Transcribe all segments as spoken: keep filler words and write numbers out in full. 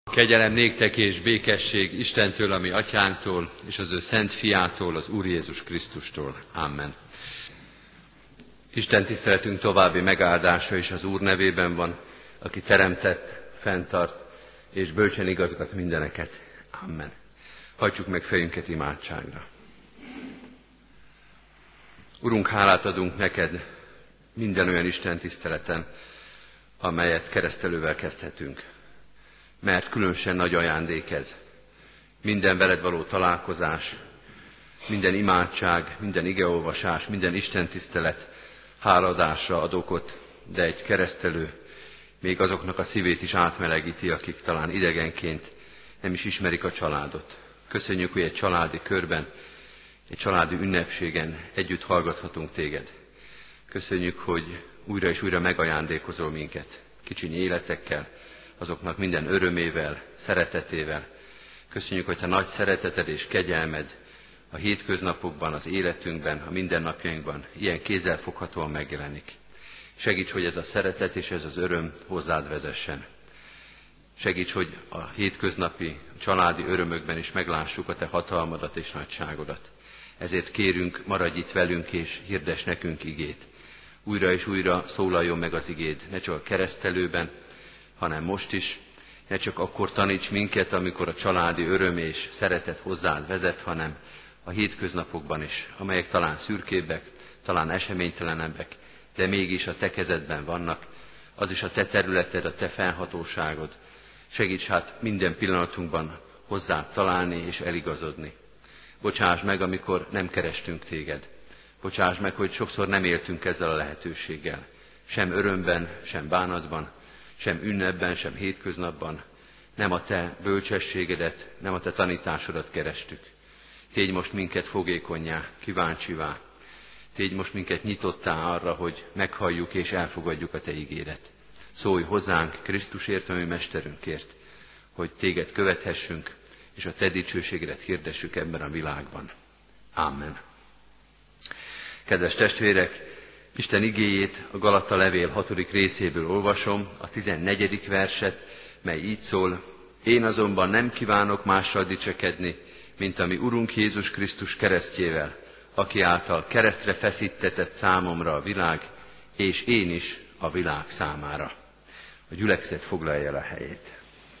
Kegyelem néktek és békesség Istentől, a mi atyánktól, és az ő szent fiától, az Úr Jézus Krisztustól. Amen. Isten tiszteletünk további megáldása is az Úr nevében van, aki teremtett, fenntart, és bölcsen igazgat mindeneket. Amen. Hajtsuk meg fejünket imádságra. Urunk, hálát adunk neked minden olyan Isten tiszteleten, amelyet keresztelővel kezdhetünk. Mert különösen nagy ajándék ez. Minden veled való találkozás, minden imádság, minden igeolvasás, minden istentisztelet hálaadásra ad okot, de egy keresztelő még azoknak a szívét is átmelegíti, akik talán idegenként nem is ismerik a családot. Köszönjük, hogy egy családi körben, egy családi ünnepségen együtt hallgathatunk téged. Köszönjük, hogy újra és újra megajándékozol minket kicsiny életekkel, azoknak minden örömével, szeretetével. Köszönjük, hogy te nagy szereteted és kegyelmed a hétköznapokban, az életünkben, a mindennapjainkban ilyen kézzelfoghatóan megjelenik. Segíts, hogy ez a szeretet és ez az öröm hozzád vezessen. Segíts, hogy a hétköznapi családi örömökben is meglássuk a te hatalmadat és nagyságodat. Ezért kérünk, maradj itt velünk és hirdess nekünk igét. Újra és újra szólaljon meg az igéd, ne csak a keresztelőben, hanem most is. Ne csak akkor taníts minket, amikor a családi öröm és szeretet hozzád vezet, hanem a hétköznapokban is, amelyek talán szürkébbek, talán eseménytelenebbek, de mégis a te kezedben vannak, az is a te területed, a te fennhatóságod. Segíts hát minden pillanatunkban hozzád találni és eligazodni. Bocsáss meg, amikor nem kerestünk téged. Bocsáss meg, hogy sokszor nem éltünk ezzel a lehetőséggel. Sem örömben, sem bánatban, sem ünnepben, sem hétköznapban. Nem a te bölcsességedet, nem a te tanításodat kerestük. Tégy most minket fogékonnyá, kíváncsivá. Tégy most minket nyitottá arra, hogy meghalljuk és elfogadjuk a te ígéret. Szólj hozzánk Krisztusért, a mi mesterünkért, hogy téged követhessünk, és a te dicsőségedet hirdessük ebben a világban. Amen. Kedves testvérek, Isten igéjét a Galata levél hatodik részéből olvasom, a tizennegyedik verset, mely így szól: Én azonban nem kívánok mással dicsekedni, mint ami Urunk Jézus Krisztus keresztjével, aki által keresztre feszítetett számomra a világ, és én is a világ számára. A gyülekezet foglalja el a helyét.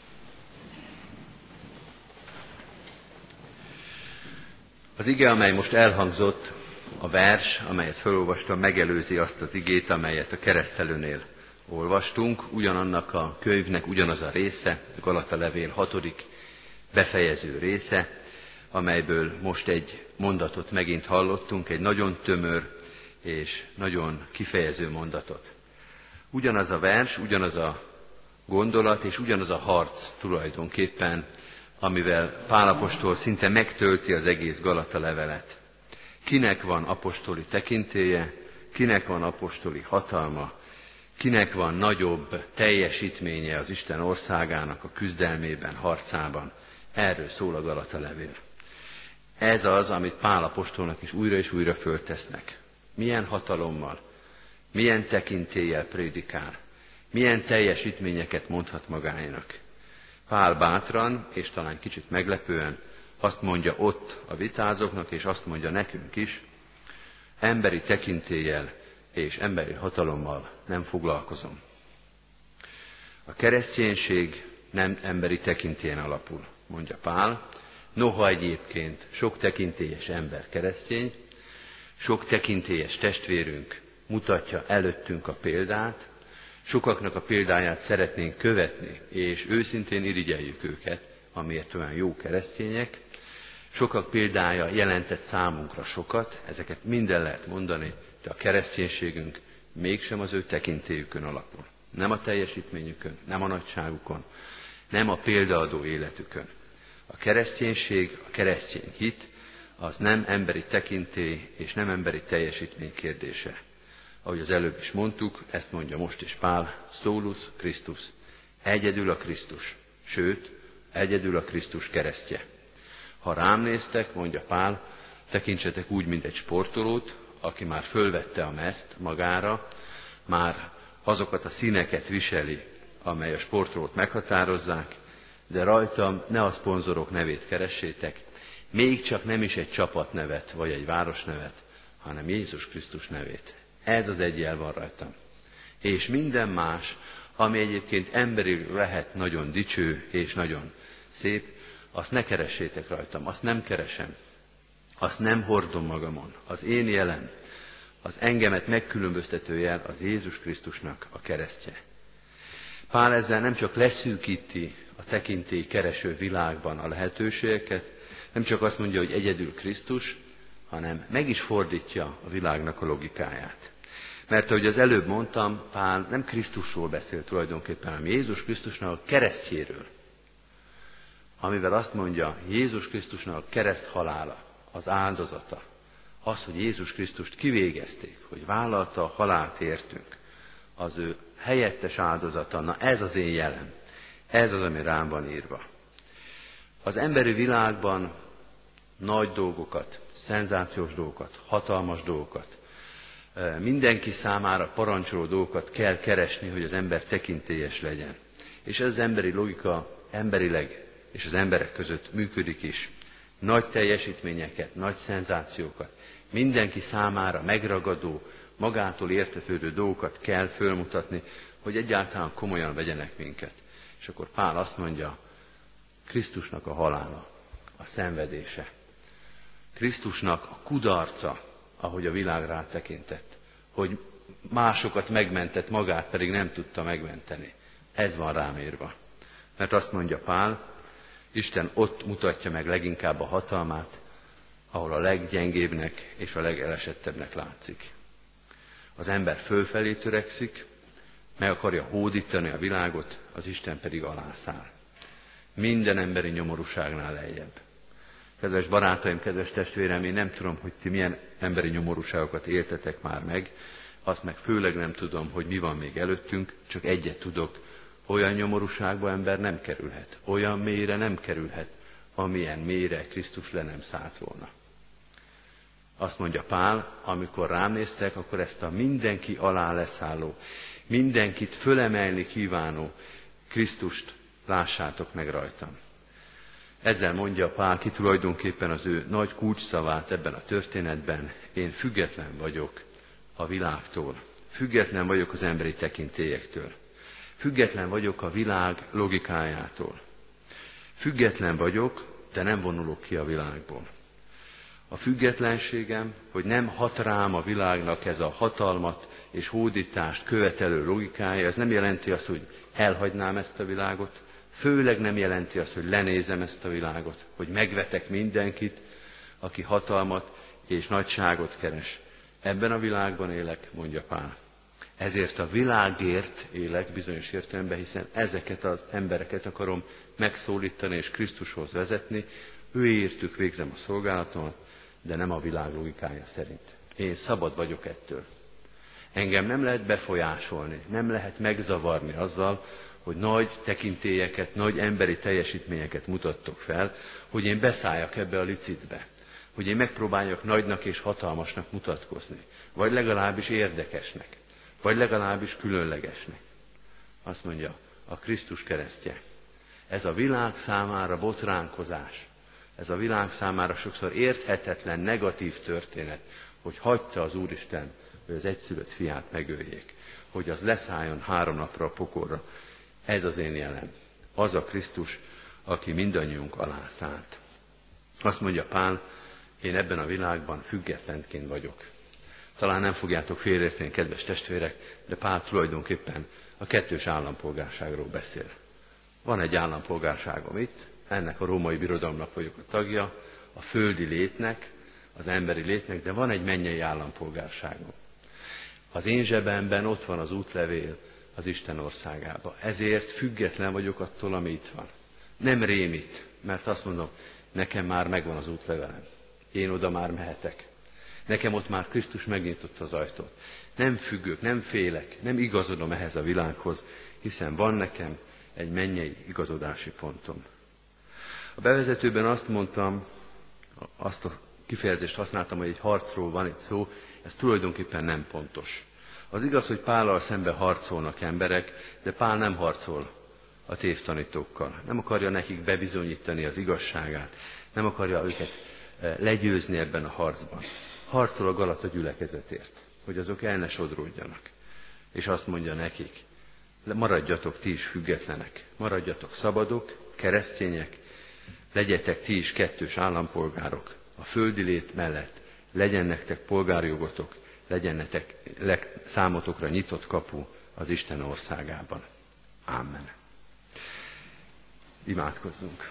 Az ige, amely most elhangzott, a vers, amelyet felolvastam, megelőzi azt az igét, amelyet a keresztelőnél olvastunk. Ugyanannak a könyvnek ugyanaz a része, a Galata levél hatodik befejező része, amelyből most egy mondatot megint hallottunk, egy nagyon tömör és nagyon kifejező mondatot. Ugyanaz a vers, ugyanaz a gondolat és ugyanaz a harc tulajdonképpen, amivel Pál apostol szinte megtölti az egész Galata levelet. Kinek van apostoli tekintélye, kinek van apostoli hatalma, kinek van nagyobb teljesítménye az Isten országának a küzdelmében, harcában. Erről szól a Galata levél. Ez az, amit Pál apostolnak is újra és újra föltesznek. Milyen hatalommal, milyen tekintéllyel prédikál, milyen teljesítményeket mondhat magáénak. Pál bátran, és talán kicsit meglepően, azt mondja ott a vitázóknak, és azt mondja nekünk is, emberi tekintéllyel és emberi hatalommal nem foglalkozom. A kereszténység nem emberi tekintélyen alapul, mondja Pál. Noha egyébként sok tekintélyes ember keresztény, sok tekintélyes testvérünk mutatja előttünk a példát, sokaknak a példáját szeretnénk követni, és őszintén irigyeljük őket, amiért olyan jó keresztények. Sokak példája jelentett számunkra sokat, ezeket minden lehet mondani, de a kereszténységünk mégsem az ő tekintélyükön alapul. Nem a teljesítményükön, nem a nagyságukon, nem a példaadó életükön. A kereszténység, a keresztény hit, az nem emberi tekintély és nem emberi teljesítmény kérdése. Ahogy az előbb is mondtuk, ezt mondja most is Pál, Solus Christus, egyedül a Krisztus, sőt, egyedül a Krisztus keresztje. Ha rám néztek, mondja Pál, tekintsetek úgy, mint egy sportolót, aki már fölvette a mezt magára, már azokat a színeket viseli, amely a sportolót meghatározzák, de rajtam ne a szponzorok nevét keressétek, még csak nem is egy csapatnevet, vagy egy városnevet, hanem Jézus Krisztus nevét. Ez az egy jel van rajtam. És minden más, ami egyébként emberi lehet nagyon dicső és nagyon szép, azt ne keressétek rajtam, azt nem keresem, azt nem hordom magamon. Az én jelem, az engemet megkülönböztető jel az Jézus Krisztusnak a keresztje. Pál ezzel nem csak leszűkíti a tekintély kereső világban a lehetőségeket, nem csak azt mondja, hogy egyedül Krisztus, hanem meg is fordítja a világnak a logikáját. Mert ahogy az előbb mondtam, Pál nem Krisztusról beszél tulajdonképpen, hanem Jézus Krisztusnak a keresztjéről. Amivel azt mondja, Jézus Krisztusnak a kereszt halála, az áldozata, az, hogy Jézus Krisztust kivégezték, hogy vállalta a halált értünk, az ő helyettes áldozata, na ez az én jelem, ez az, ami rám van írva. Az emberi világban nagy dolgokat, szenzációs dolgokat, hatalmas dolgokat, mindenki számára parancsoló dolgokat kell keresni, hogy az ember tekintélyes legyen. És ez az emberi logika emberileg és az emberek között működik is. Nagy teljesítményeket, nagy szenzációkat, mindenki számára megragadó, magától értetődő dolgokat kell fölmutatni, hogy egyáltalán komolyan vegyenek minket. És akkor Pál azt mondja, Krisztusnak a halála, a szenvedése, Krisztusnak a kudarca, ahogy a világ rá tekintett, hogy másokat megmentett, magát pedig nem tudta megmenteni. Ez van rám írva. Mert azt mondja Pál, Isten ott mutatja meg leginkább a hatalmát, ahol a leggyengébbnek és a legelesettebbnek látszik. Az ember fölfelé törekszik, meg akarja hódítani a világot, az Isten pedig alászáll. Minden emberi nyomorúságnál lejjebb. Kedves barátaim, kedves testvérem, én nem tudom, hogy ti milyen emberi nyomorúságokat éltetek már meg, azt meg főleg nem tudom, hogy mi van még előttünk, csak egyet tudok, olyan nyomorúságba ember nem kerülhet, olyan mélyre nem kerülhet, amilyen mélyre Krisztus le nem szállt volna. Azt mondja Pál, amikor rám néztek, akkor ezt a mindenki alá leszálló, mindenkit fölemelni kívánó Krisztust lássátok meg rajtam. Ezzel mondja Pál ki tulajdonképpen az ő nagy kulcsszavát ebben a történetben, én független vagyok a világtól, független vagyok az emberi tekintélyektől, független vagyok a világ logikájától, független vagyok, de nem vonulok ki a világból. A függetlenségem, hogy nem hat rám a világnak ez a hatalmat és hódítást követelő logikája, ez nem jelenti azt, hogy elhagynám ezt a világot, főleg nem jelenti azt, hogy lenézem ezt a világot, hogy megvetek mindenkit, aki hatalmat és nagyságot keres. Ebben a világban élek, mondja Pál. Ezért a világért élek bizonyos értelemben, hiszen ezeket az embereket akarom megszólítani és Krisztushoz vezetni. Őértük végzem a szolgálatomat, de nem a világ logikája szerint. Én szabad vagyok ettől. Engem nem lehet befolyásolni, nem lehet megzavarni azzal, hogy nagy tekintélyeket, nagy emberi teljesítményeket mutattok fel, hogy én beszálljak ebbe a licitbe, hogy én megpróbáljak nagynak és hatalmasnak mutatkozni, vagy legalábbis érdekesnek, vagy legalábbis különlegesnek. Azt mondja, a Krisztus keresztje. Ez a világ számára botránkozás, ez a világ számára sokszor érthetetlen, negatív történet, hogy hagyta az Úristen, hogy az egyszülött fiát megöljék, hogy az leszálljon három napra a pokolra. Ez az én jelem. Az a Krisztus, aki mindannyiunk alá szállt. Azt mondja Pál, én ebben a világban függetlenként vagyok. Talán nem fogjátok félreérteni, kedves testvérek, de Pál tulajdonképpen a kettős állampolgárságról beszél. Van egy állampolgárságom itt, ennek a római birodalomnak vagyok a tagja, a földi létnek, az emberi létnek, de van egy mennyei állampolgárságom. Az én zsebemben ott van az útlevél az Isten országába. Ezért független vagyok attól, ami itt van. Nem rémít, mert azt mondom, nekem már megvan az útlevelem. Én oda már mehetek. Nekem ott már Krisztus megnyitotta az ajtót. Nem függök, nem félek, nem igazodom ehhez a világhoz, hiszen van nekem egy mennyei igazodási pontom. A bevezetőben azt mondtam, azt a kifejezést használtam, hogy egy harcról van itt szó, ez tulajdonképpen nem pontos. Az igaz, hogy Pállal szemben harcolnak emberek, de Pál nem harcol a tévtanítókkal. Nem akarja nekik bebizonyítani az igazságát. Nem akarja őket legyőzni ebben a harcban. Harcol a Galata gyülekezetért, hogy azok el ne sodródjanak. És azt mondja nekik, maradjatok ti is függetlenek, maradjatok szabadok, keresztények, legyetek ti is kettős állampolgárok a földi lét mellett, legyen nektek polgárjogotok, legyen nektek számotokra nyitott kapu az Isten országában. Amen. Imádkozzunk.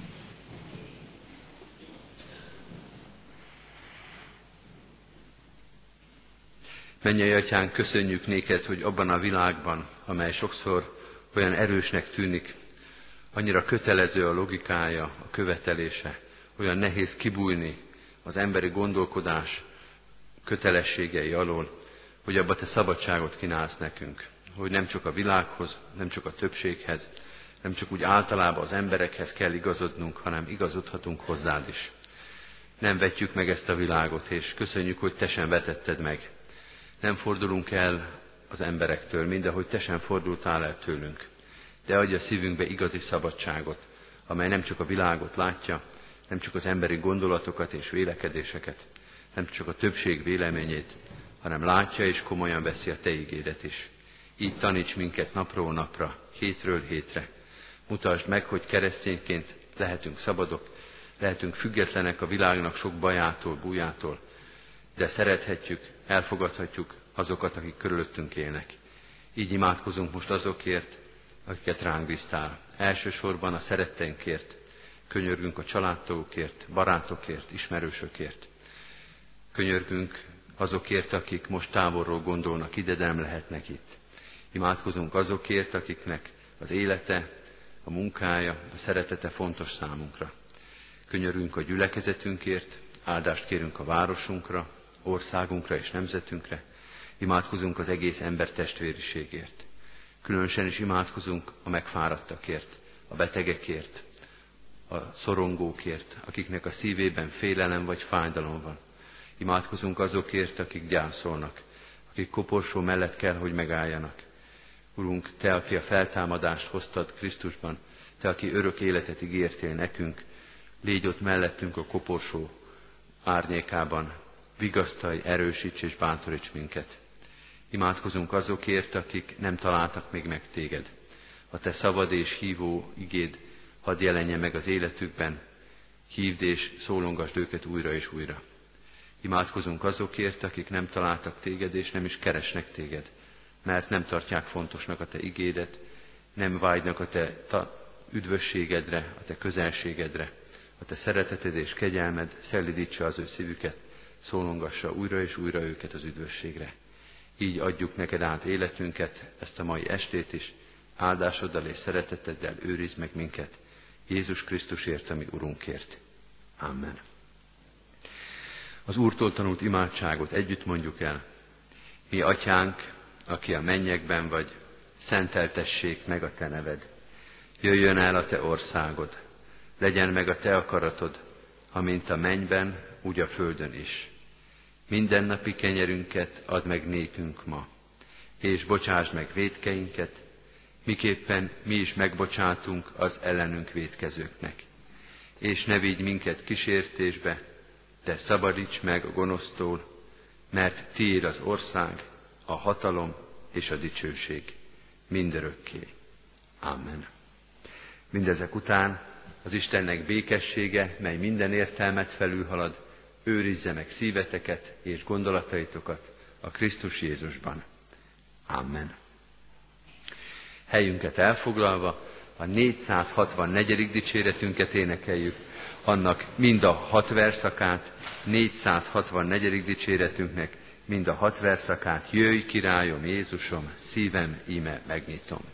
Mennyei Atyánk, köszönjük néked, hogy abban a világban, amely sokszor olyan erősnek tűnik, annyira kötelező a logikája, a követelése, olyan nehéz kibújni az emberi gondolkodás kötelességei alól, hogy abba te szabadságot kínálsz nekünk, hogy nem csak a világhoz, nem csak a többséghez, nem csak úgy általában az emberekhez kell igazodnunk, hanem igazodhatunk hozzád is. Nem vetjük meg ezt a világot, és köszönjük, hogy te sem vetetted meg. Nem fordulunk el az emberektől, mindahogy te sem fordultál el tőlünk. De adj a szívünkbe igazi szabadságot, amely nem csak a világot látja, nem csak az emberi gondolatokat és vélekedéseket, nem csak a többség véleményét, hanem látja és komolyan veszi a te ígédet is. Így taníts minket napról napra, hétről hétre. Mutasd meg, hogy keresztényként lehetünk szabadok, lehetünk függetlenek a világnak sok bajától, bújától, de szerethetjük, elfogadhatjuk azokat, akik körülöttünk élnek. Így imádkozunk most azokért, akiket ránk bíztál. Elsősorban a szeretteinkért, könyörgünk a családtagokért, barátokért, ismerősökért. Könyörgünk azokért, akik most távolról gondolnak ide, de nem lehetnek itt. Imádkozunk azokért, akiknek az élete, a munkája, a szeretete fontos számunkra. Könyörgünk a gyülekezetünkért, áldást kérünk a városunkra, országunkra és nemzetünkre. Imádkozunk az egész ember testvériségért. Különösen is imádkozunk a megfáradtakért, a betegekért, a szorongókért, akiknek a szívében félelem vagy fájdalom van. Imádkozunk azokért, akik gyászolnak, akik koporsó mellett kell, hogy megálljanak. Urunk, te, aki a feltámadást hoztad Krisztusban, te, aki örök életet ígértél nekünk, légy ott mellettünk a koporsó árnyékában, vigasztalj, erősíts és bántoríts minket. Imádkozunk azokért, akik nem találtak még meg téged. A te szabad és hívó igéd hadd jelenje meg az életükben, hívd és szólongasd őket újra és újra. Imádkozunk azokért, akik nem találtak téged és nem is keresnek téged, mert nem tartják fontosnak a te igédet, nem vágynak a te ta- üdvösségedre, a te közelségedre, a te szereteted és kegyelmed szelídítse az ő szívüket, szólongassa újra és újra őket az üdvösségre. Így adjuk neked át életünket, ezt a mai estét is, áldásoddal és szereteteddel őrizd meg minket, Jézus Krisztusért, ami Urunkért. Amen. Az Úrtól tanult imádságot együtt mondjuk el. Mi Atyánk, aki a mennyekben vagy, szenteltessék meg a te neved. Jöjjön el a te országod, legyen meg a te akaratod, amint a mennyben, úgy a földön is. Mindennapi kenyerünket add meg nékünk ma, és bocsásd meg vétkeinket, miképpen mi is megbocsátunk az ellenünk vétkezőknek. És ne vigy minket kísértésbe, de szabadíts meg a gonosztól, mert tiéd az ország, a hatalom és a dicsőség mindörökké. Amen. Mindezek után az Istennek békessége, mely minden értelmet felülhalad, őrizze meg szíveteket és gondolataitokat a Krisztus Jézusban. Amen. Helyünket elfoglalva a négyszázhatvannegyedik dicséretünket énekeljük, annak mind a hat verszakát, négyszázhatvannegyedik dicséretünknek mind a hat verszakát, jöjj királyom, Jézusom, szívem íme megnyitom.